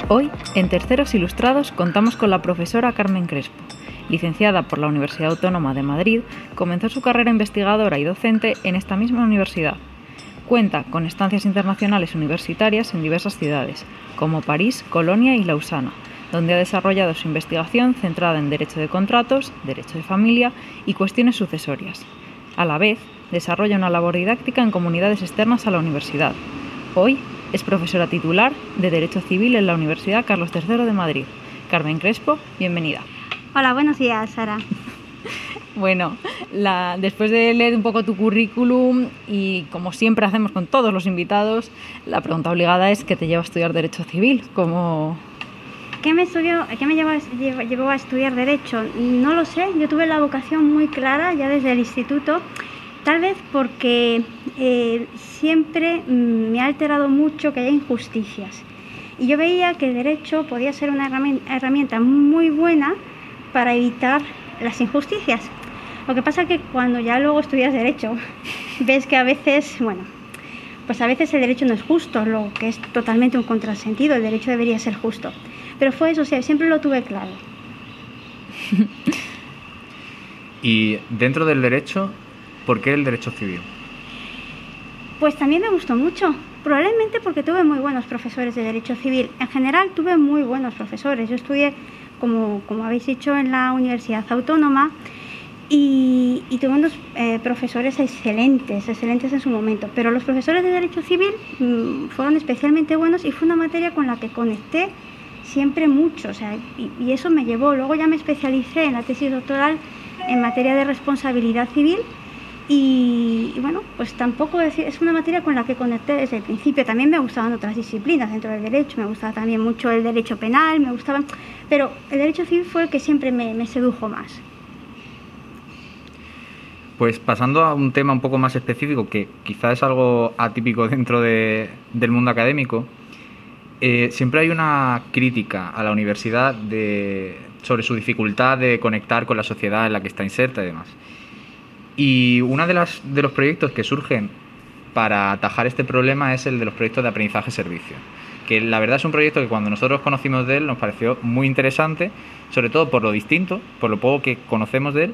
Hoy, en Terceros Ilustrados, contamos con la profesora Carmen Crespo. Licenciada por la Universidad Autónoma de Madrid, comenzó su carrera investigadora y docente en esta misma universidad. Cuenta con estancias internacionales universitarias en diversas ciudades, como París, Colonia y Lausana, donde ha desarrollado su investigación centrada en derecho de contratos, derecho de familia y cuestiones sucesorias. A la vez, desarrolla una labor didáctica en comunidades externas a la universidad. Hoy es profesora titular de Derecho Civil en la Universidad Carlos III de Madrid. Carmen Crespo, bienvenida. Hola, buenos días, Sara. Bueno, después de leer un poco tu currículum y como siempre hacemos con todos los invitados, la pregunta obligada es ¿qué te lleva a estudiar Derecho Civil? ¿Qué me llevó a estudiar Derecho? No lo sé, yo tuve la vocación muy clara ya desde el instituto, tal vez porque siempre me ha alterado mucho que haya injusticias. Y yo veía que el Derecho podía ser una herramienta muy buena para evitar las injusticias. Lo que pasa es que cuando ya luego estudias Derecho, ves que a veces el Derecho no es justo, lo que es totalmente un contrasentido, el Derecho debería ser justo. Pero fue eso, siempre lo tuve claro. Y dentro del Derecho, ¿por qué el Derecho Civil? Pues también me gustó mucho, probablemente porque tuve muy buenos profesores de Derecho Civil. En general tuve muy buenos profesores. Yo estudié, como habéis dicho, en la Universidad Autónoma y tuve unos profesores excelentes en su momento. Pero los profesores de Derecho Civil fueron especialmente buenos y fue una materia con la que conecté siempre mucho. Y eso me llevó. Luego ya me especialicé en la tesis doctoral en materia de responsabilidad civil. Y bueno, pues tampoco es una materia con la que conecté desde el principio. También me gustaban otras disciplinas dentro del derecho, me gustaba también mucho el derecho penal, pero el derecho civil fue el que siempre me sedujo más. Pues pasando a un tema un poco más específico, que quizá es algo atípico dentro del mundo académico, siempre hay una crítica a la universidad sobre su dificultad de conectar con la sociedad en la que está inserta y demás. Y uno de los proyectos que surgen para atajar este problema es el de los proyectos de aprendizaje-servicio, que la verdad es un proyecto que cuando nosotros conocimos de él nos pareció muy interesante, sobre todo por lo distinto, por lo poco que conocemos de él,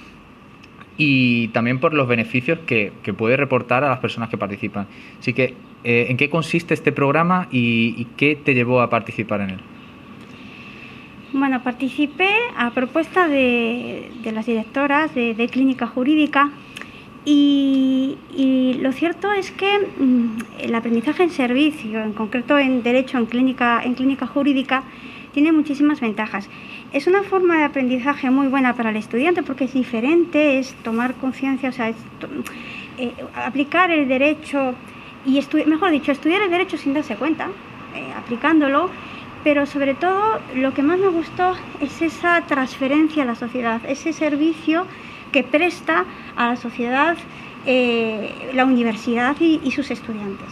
y también por los beneficios que puede reportar a las personas que participan. Así que, ¿en qué consiste este programa y qué te llevó a participar en él? Bueno, participé a propuesta de las directoras de Clínica Jurídica y lo cierto es que el aprendizaje en servicio, en concreto en Derecho en Clínica Jurídica, tiene muchísimas ventajas. Es una forma de aprendizaje muy buena para el estudiante porque es diferente, es tomar conciencia, aplicar el derecho y estudiar el derecho sin darse cuenta, aplicándolo. Pero sobre todo lo que más me gustó es esa transferencia a la sociedad, ese servicio que presta a la sociedad la universidad y sus estudiantes.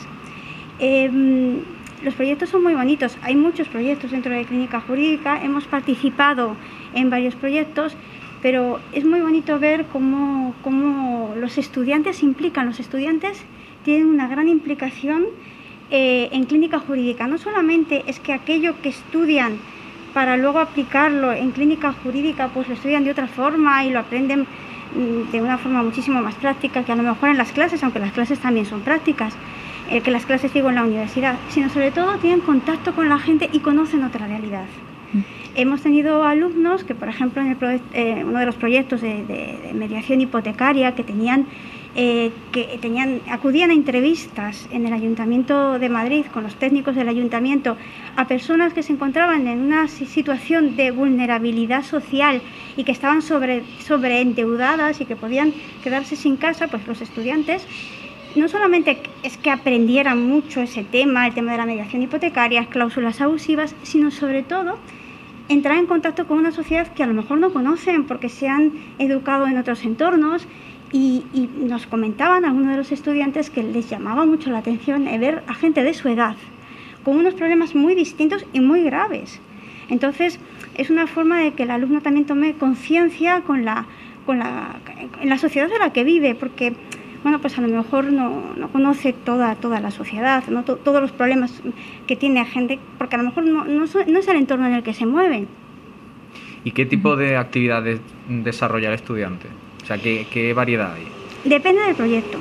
Los proyectos son muy bonitos, hay muchos proyectos dentro de Clínica Jurídica, hemos participado en varios proyectos, pero es muy bonito ver cómo los estudiantes se implican, los estudiantes tienen una gran implicación en Clínica Jurídica. No solamente es que aquello que estudian para luego aplicarlo en Clínica Jurídica pues lo estudian de otra forma y lo aprenden de una forma muchísimo más práctica que a lo mejor en las clases, aunque las clases también son prácticas, que las clases en la universidad, sino sobre todo tienen contacto con la gente y conocen otra realidad. Hemos tenido alumnos que, por ejemplo, en uno de los proyectos de mediación hipotecaria acudían a entrevistas en el Ayuntamiento de Madrid con los técnicos del Ayuntamiento a personas que se encontraban en una situación de vulnerabilidad social y que estaban sobreendeudadas y que podían quedarse sin casa. Pues los estudiantes no solamente es que aprendieran mucho ese tema, el tema de la mediación hipotecaria, cláusulas abusivas, sino sobre todo entrar en contacto con una sociedad que a lo mejor no conocen porque se han educado en otros entornos. Y nos comentaban algunos de los estudiantes que les llamaba mucho la atención ver a gente de su edad con unos problemas muy distintos y muy graves. Entonces, es una forma de que el alumno también tome conciencia en la sociedad en la que vive, porque bueno, pues a lo mejor no conoce toda la sociedad, ¿no? Todos los problemas que tiene gente, porque a lo mejor no es el entorno en el que se mueven. ¿Y qué tipo de actividades desarrolla el estudiante? O sea, ¿qué variedad hay? Depende del proyecto.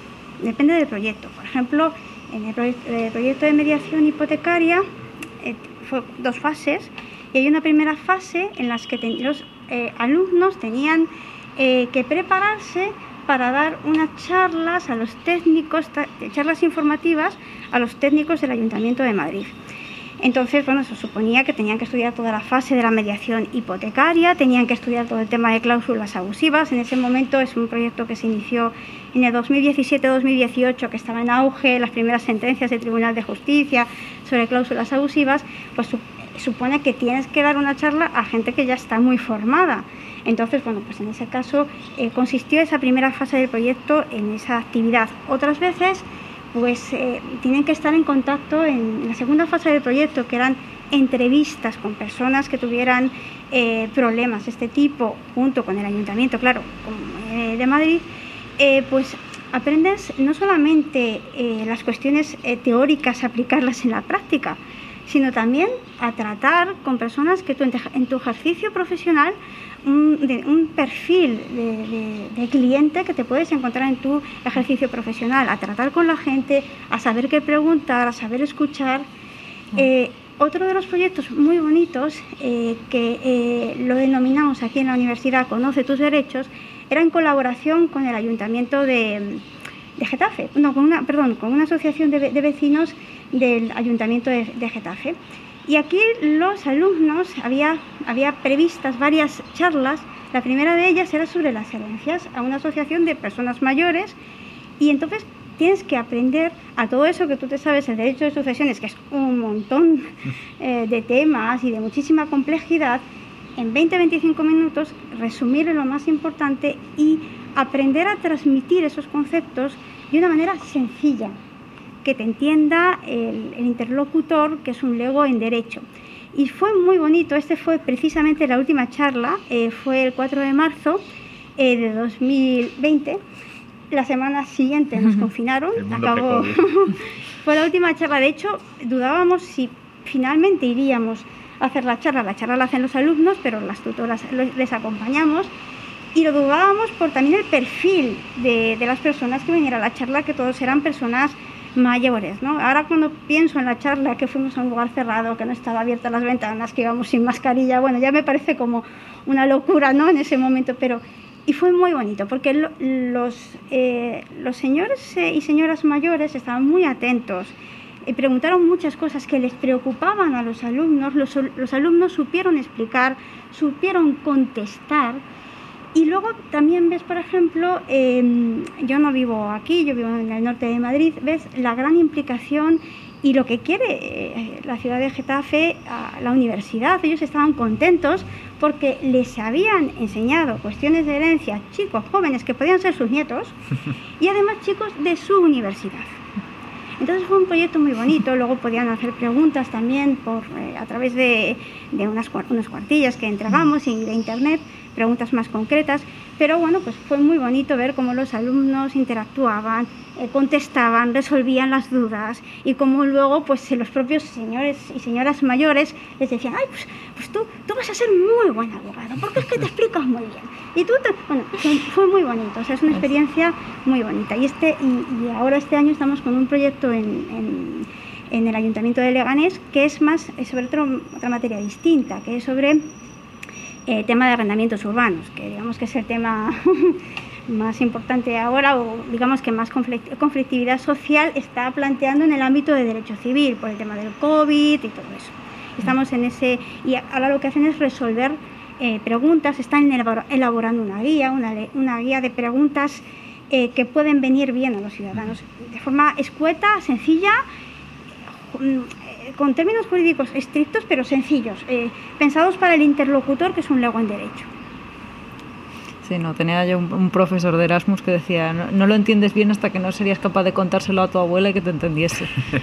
Por ejemplo, en el proyecto de mediación hipotecaria fue 2 fases, y hay una primera fase en la que los alumnos tenían que prepararse para dar unas charlas a los técnicos, charlas informativas a los técnicos del Ayuntamiento de Madrid. Entonces, bueno, se suponía que tenían que estudiar toda la fase de la mediación hipotecaria, tenían que estudiar todo el tema de cláusulas abusivas. En ese momento es un proyecto que se inició en el 2017-2018, que estaba en auge, las primeras sentencias del Tribunal de Justicia sobre cláusulas abusivas, pues supone que tienes que dar una charla a gente que ya está muy formada. Entonces, bueno, pues en ese caso consistió esa primera fase del proyecto en esa actividad. Otras veces pues tienen que estar en contacto en la segunda fase del proyecto, que eran entrevistas con personas que tuvieran problemas de este tipo, junto con el Ayuntamiento, claro, de Madrid. Pues aprendes no solamente las cuestiones teóricas, aplicarlas en la práctica, sino también a tratar con personas que tú en tu ejercicio profesional, un perfil de cliente que te puedes encontrar en tu ejercicio profesional, a tratar con la gente, a saber qué preguntar, a saber escuchar. Otro de los proyectos muy bonitos que lo denominamos aquí en la universidad Conoce tus derechos, era en colaboración con el Ayuntamiento de Getafe, con una asociación de vecinos del Ayuntamiento de Getafe. Y aquí los alumnos, había previstas varias charlas. La primera de ellas era sobre las herencias, a una asociación de personas mayores, y entonces tienes que aprender a todo eso que tú te sabes, el derecho de sucesiones, que es un montón de temas y de muchísima complejidad, en 20-25 minutos, resumir lo más importante y aprender a transmitir esos conceptos de una manera sencilla, que te entienda el interlocutor, que es un lego en derecho. Y fue muy bonito. Este fue precisamente la última charla, fue el 4 de marzo de 2020. La semana siguiente nos confinaron, fue la última charla. De hecho, dudábamos si finalmente iríamos a hacer la charla la hacen los alumnos, pero las tutoras les acompañamos, y lo dudábamos por también el perfil de las personas que venían a la charla, que todos eran personas mayores, ¿no? Ahora cuando pienso en la charla, que fuimos a un lugar cerrado, que no estaba abiertas las ventanas, que íbamos sin mascarilla, bueno, ya me parece como una locura, ¿no?, en ese momento, y fue muy bonito, porque los señores y señoras mayores estaban muy atentos, preguntaron muchas cosas que les preocupaban a los alumnos, los alumnos supieron explicar, supieron contestar. Y luego también ves, por ejemplo, yo no vivo aquí, yo vivo en el norte de Madrid, ves la gran implicación y lo que quiere la ciudad de Getafe a la universidad. Ellos estaban contentos porque les habían enseñado cuestiones de herencia, chicos jóvenes que podían ser sus nietos, y además chicos de su universidad. Entonces fue un proyecto muy bonito. Luego podían hacer preguntas también a través de unas cuartillas que entregamos y de internet, preguntas más concretas, pero bueno, pues fue muy bonito ver cómo los alumnos interactuaban, contestaban, resolvían las dudas, y cómo luego pues los propios señores y señoras mayores les decían: ay, pues tú vas a ser muy buen abogado, porque es que te explicas muy bien. Y bueno, fue muy bonito, o sea, es una experiencia muy bonita. Y ahora este año estamos con un proyecto en el Ayuntamiento de Leganés, que es más sobre otra materia distinta, que es sobre tema de arrendamientos urbanos, que digamos que es el tema más importante ahora, o digamos que más conflictividad social está planteando en el ámbito de derecho civil, por el tema del COVID y todo eso. Estamos en ese, y ahora lo que hacen es resolver preguntas, están elaborando una guía de preguntas que pueden venir bien a los ciudadanos, de forma escueta, sencilla, con términos jurídicos estrictos pero sencillos, pensados para el interlocutor, que es un lego en derecho. Sí, no, tenía yo un profesor de Erasmus que decía: no lo entiendes bien hasta que no serías capaz de contárselo a tu abuela y que te entendiese.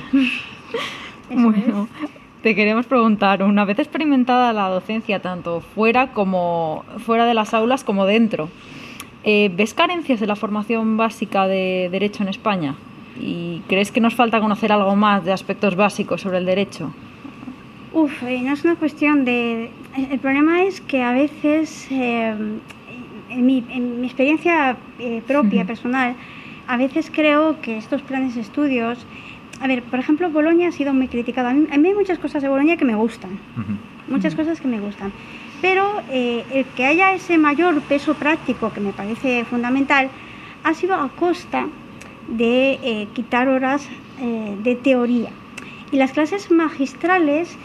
Bueno, te queríamos preguntar, una vez experimentada la docencia tanto fuera de las aulas como dentro, ¿Ves carencias en la formación básica de derecho en España? ¿Y crees que nos falta conocer algo más de aspectos básicos sobre el derecho? No es una cuestión de... El problema es que a veces, en mi experiencia propia, personal, a veces creo que estos planes de estudios... A ver, por ejemplo, Bolonia ha sido muy criticado. A mí hay muchas cosas de Bolonia que me gustan. Muchas cosas que me gustan. Pero el que haya ese mayor peso práctico, que me parece fundamental, ha sido a costa de quitar horas de teoría. Y las clases magistrales,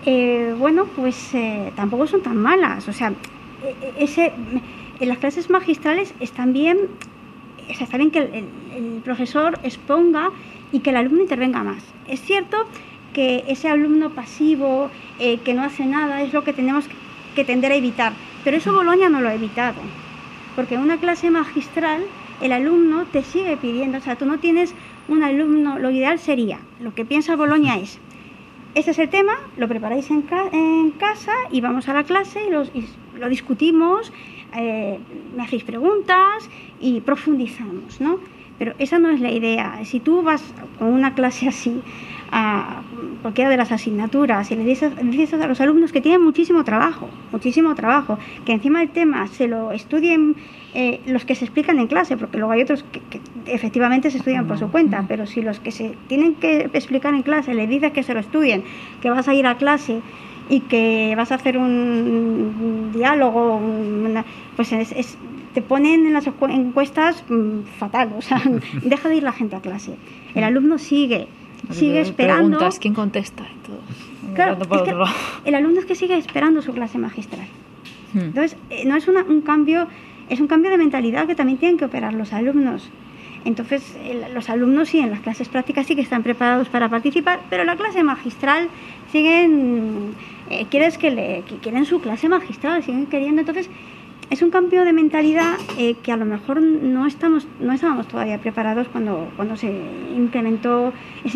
tampoco son tan malas. O sea, las clases magistrales están bien, está bien que el profesor exponga y que el alumno intervenga más. Es cierto que ese alumno pasivo, que no hace nada, es lo que tenemos que tender a evitar. Pero eso Bolonia no lo ha evitado. Porque en una clase magistral el alumno te sigue pidiendo, o sea, tú no tienes un alumno, lo ideal sería, lo que piensa Bolonia es, este es el tema, lo preparáis en casa y vamos a la clase y lo discutimos, me hacéis preguntas y profundizamos, ¿no? Pero esa no es la idea. Si tú vas con una clase así a cualquiera de las asignaturas y le dices a los alumnos que tienen muchísimo trabajo, que encima del tema se lo estudien los que se explican en clase, porque luego hay otros que efectivamente se estudian por su cuenta, pero si los que se tienen que explicar en clase le dices que se lo estudien, que vas a ir a clase y que vas a hacer un diálogo, pues te ponen en las encuestas fatal, o sea, deja de ir la gente a clase. El alumno sigue esperando. Preguntas, ¿quién contesta? Y todo. Claro, el alumno es que sigue esperando su clase magistral. Entonces, no es un cambio, es un cambio de mentalidad que también tienen que operar los alumnos. Entonces, los alumnos sí, en las clases prácticas sí que están preparados para participar, pero la clase magistral siguen, quieren su clase magistral, siguen queriendo. Entonces, es un cambio de mentalidad que a lo mejor no estábamos todavía preparados cuando se implementó, se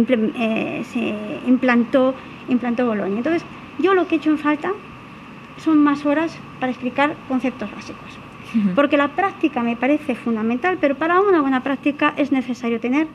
implantó Bolonia. Entonces, yo lo que he hecho en falta son más horas para explicar conceptos básicos. Porque la práctica me parece fundamental, pero para una buena práctica es necesario tener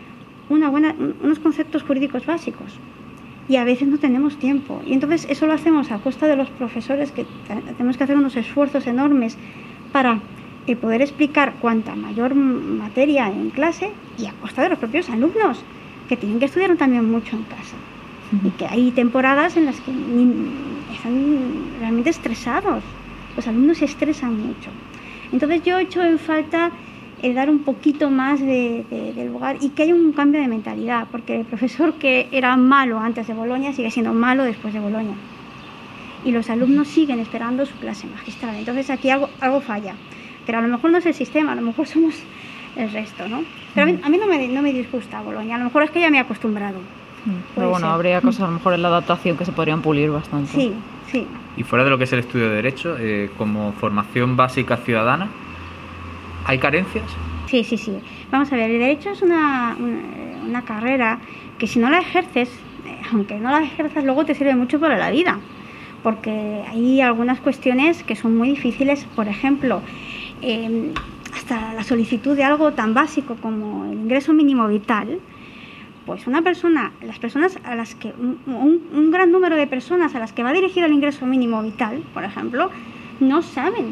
unos conceptos jurídicos básicos. Y a veces no tenemos tiempo. Y entonces eso lo hacemos a costa de los profesores, que tenemos que hacer unos esfuerzos enormes para poder explicar cuanta mayor materia en clase, y a costa de los propios alumnos, que tienen que estudiar también mucho en casa. Y que hay temporadas en las que están realmente estresados. Los alumnos se estresan mucho. Entonces yo he hecho en falta dar un poquito más de lugar y que haya un cambio de mentalidad, porque el profesor que era malo antes de Bolonia sigue siendo malo después de Bolonia. Y los alumnos siguen esperando su clase magistral. Entonces aquí algo falla. Pero a lo mejor no es el sistema, a lo mejor somos el resto, ¿no? Pero a mí no me disgusta Bolonia, a lo mejor es que ya me he acostumbrado. Pero bueno, habría cosas a lo mejor en la adaptación que se podrían pulir bastante. Sí. Y fuera de lo que es el estudio de Derecho, como formación básica ciudadana, ¿hay carencias? Sí. Vamos a ver, el Derecho es una carrera que si no la ejerces, aunque no la ejerzas, luego te sirve mucho para la vida. Porque hay algunas cuestiones que son muy difíciles, por ejemplo, hasta la solicitud de algo tan básico como el ingreso mínimo vital. Pues las personas a las que, un gran número de personas a las que va dirigido el ingreso mínimo vital, por ejemplo, no saben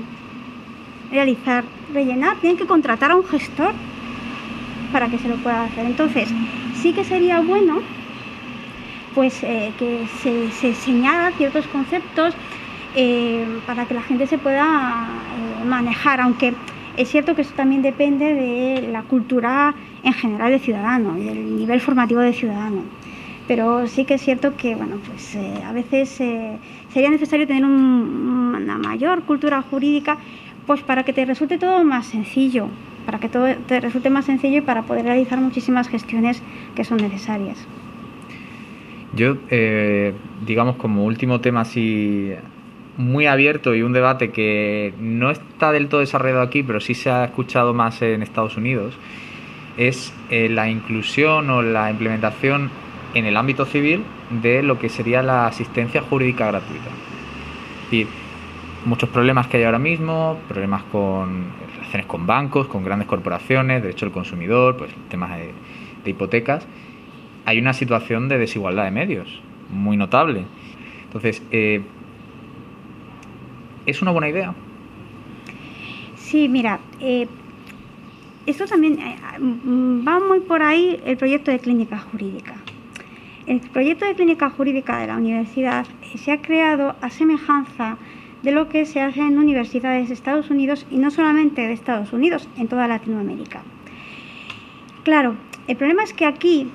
rellenar, tienen que contratar a un gestor para que se lo pueda hacer. Entonces, sí que sería bueno pues que se señalan ciertos conceptos para que la gente se pueda manejar, aunque es cierto que eso también depende de la cultura en general del ciudadano y del nivel formativo del ciudadano. Pero sí que es cierto que a veces sería necesario tener una mayor cultura jurídica, pues para que te resulte todo más sencillo, y para poder realizar muchísimas gestiones que son necesarias. Yo, digamos, como último tema así muy abierto y un debate que no está del todo desarrollado aquí, pero sí se ha escuchado más en Estados Unidos, es la inclusión o la implementación en el ámbito civil de lo que sería la asistencia jurídica gratuita. Es decir, muchos problemas que hay ahora mismo, problemas con relaciones con bancos, con grandes corporaciones, derecho del consumidor, pues temas de hipotecas. Hay una situación de desigualdad de medios muy notable. Entonces, ¿es una buena idea? Sí, mira, esto también va muy por ahí el proyecto de clínica jurídica. El proyecto de clínica jurídica de la universidad se ha creado a semejanza de lo que se hace en universidades de Estados Unidos, y no solamente de Estados Unidos, en toda Latinoamérica. Claro, el problema es que aquí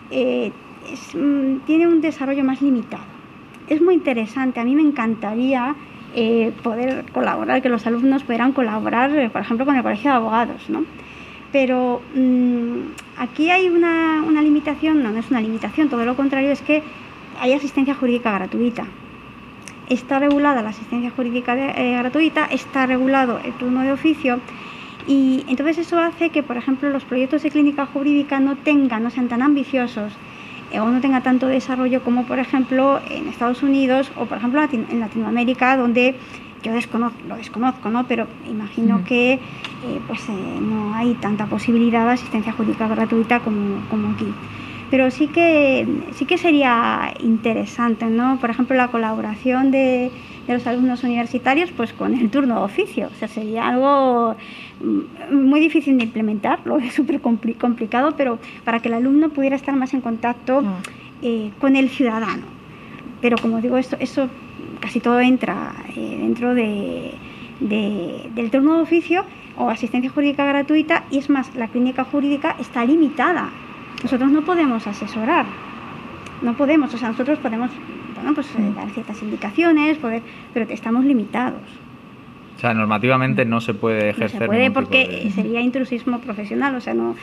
tiene un desarrollo más limitado. Es muy interesante, a mí me encantaría poder colaborar, que los alumnos pudieran colaborar, por ejemplo, con el Colegio de Abogados, ¿no? Pero aquí hay una limitación, no es una limitación, todo lo contrario, es que hay asistencia jurídica gratuita. Está regulada la asistencia jurídica gratuita, está regulado el turno de oficio, y entonces eso hace que, por ejemplo, los proyectos de clínica jurídica no sean tan ambiciosos o no tenga tanto desarrollo como, por ejemplo, en Estados Unidos o, por ejemplo, en Latinoamérica, donde yo lo desconozco, ¿no? Pero imagino que no hay tanta posibilidad de asistencia jurídica gratuita como aquí. Pero sí que sería interesante, ¿no? Por ejemplo, la colaboración de los alumnos universitarios, pues con el turno de oficio. O sea, sería algo muy difícil de implementar, lo es súper complicado, pero para que el alumno pudiera estar más en contacto con el ciudadano. Pero como digo, eso casi todo entra dentro del turno de oficio o asistencia jurídica gratuita, y es más, la clínica jurídica está limitada. Nosotros no podemos asesorar, o sea, nosotros podemos dar ciertas indicaciones, pero estamos limitados. O sea, normativamente no se puede ejercer. No se puede porque sería intrusismo profesional, o sea, no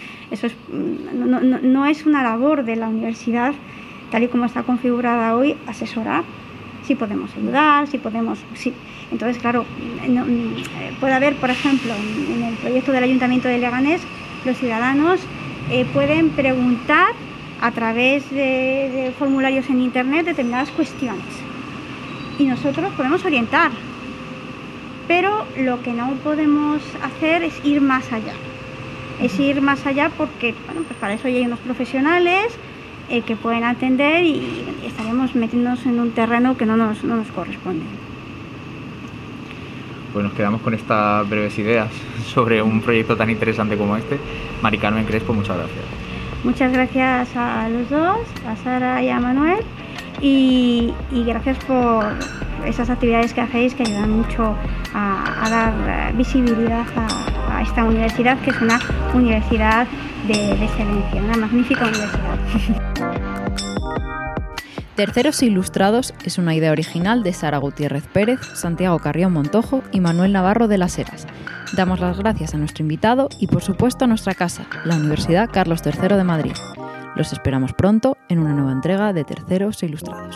es una labor de la universidad, tal y como está configurada hoy, asesorar. Sí podemos ayudar, sí. Entonces, claro, puede haber, por ejemplo, en el proyecto del Ayuntamiento de Leganés, los ciudadanos pueden preguntar a través de formularios en internet determinadas cuestiones, y nosotros podemos orientar, pero lo que no podemos hacer es ir más allá. Porque, pues para eso ya hay unos profesionales que pueden atender, y estaríamos metiéndonos en un terreno que no nos corresponde. Pues nos quedamos con estas breves ideas sobre un proyecto tan interesante como este. Mari Carmen Crespo, muchas gracias. Muchas gracias a los dos, a Sara y a Manuel, y gracias por esas actividades que hacéis, que ayudan mucho a dar visibilidad a esta universidad, que es una universidad de excelencia, una magnífica universidad. Terceros Ilustrados es una idea original de Sara Gutiérrez Pérez, Santiago Carrión Montojo y Manuel Navarro de las Heras. Damos las gracias a nuestro invitado y, por supuesto, a nuestra casa, la Universidad Carlos III de Madrid. Los esperamos pronto en una nueva entrega de Terceros Ilustrados.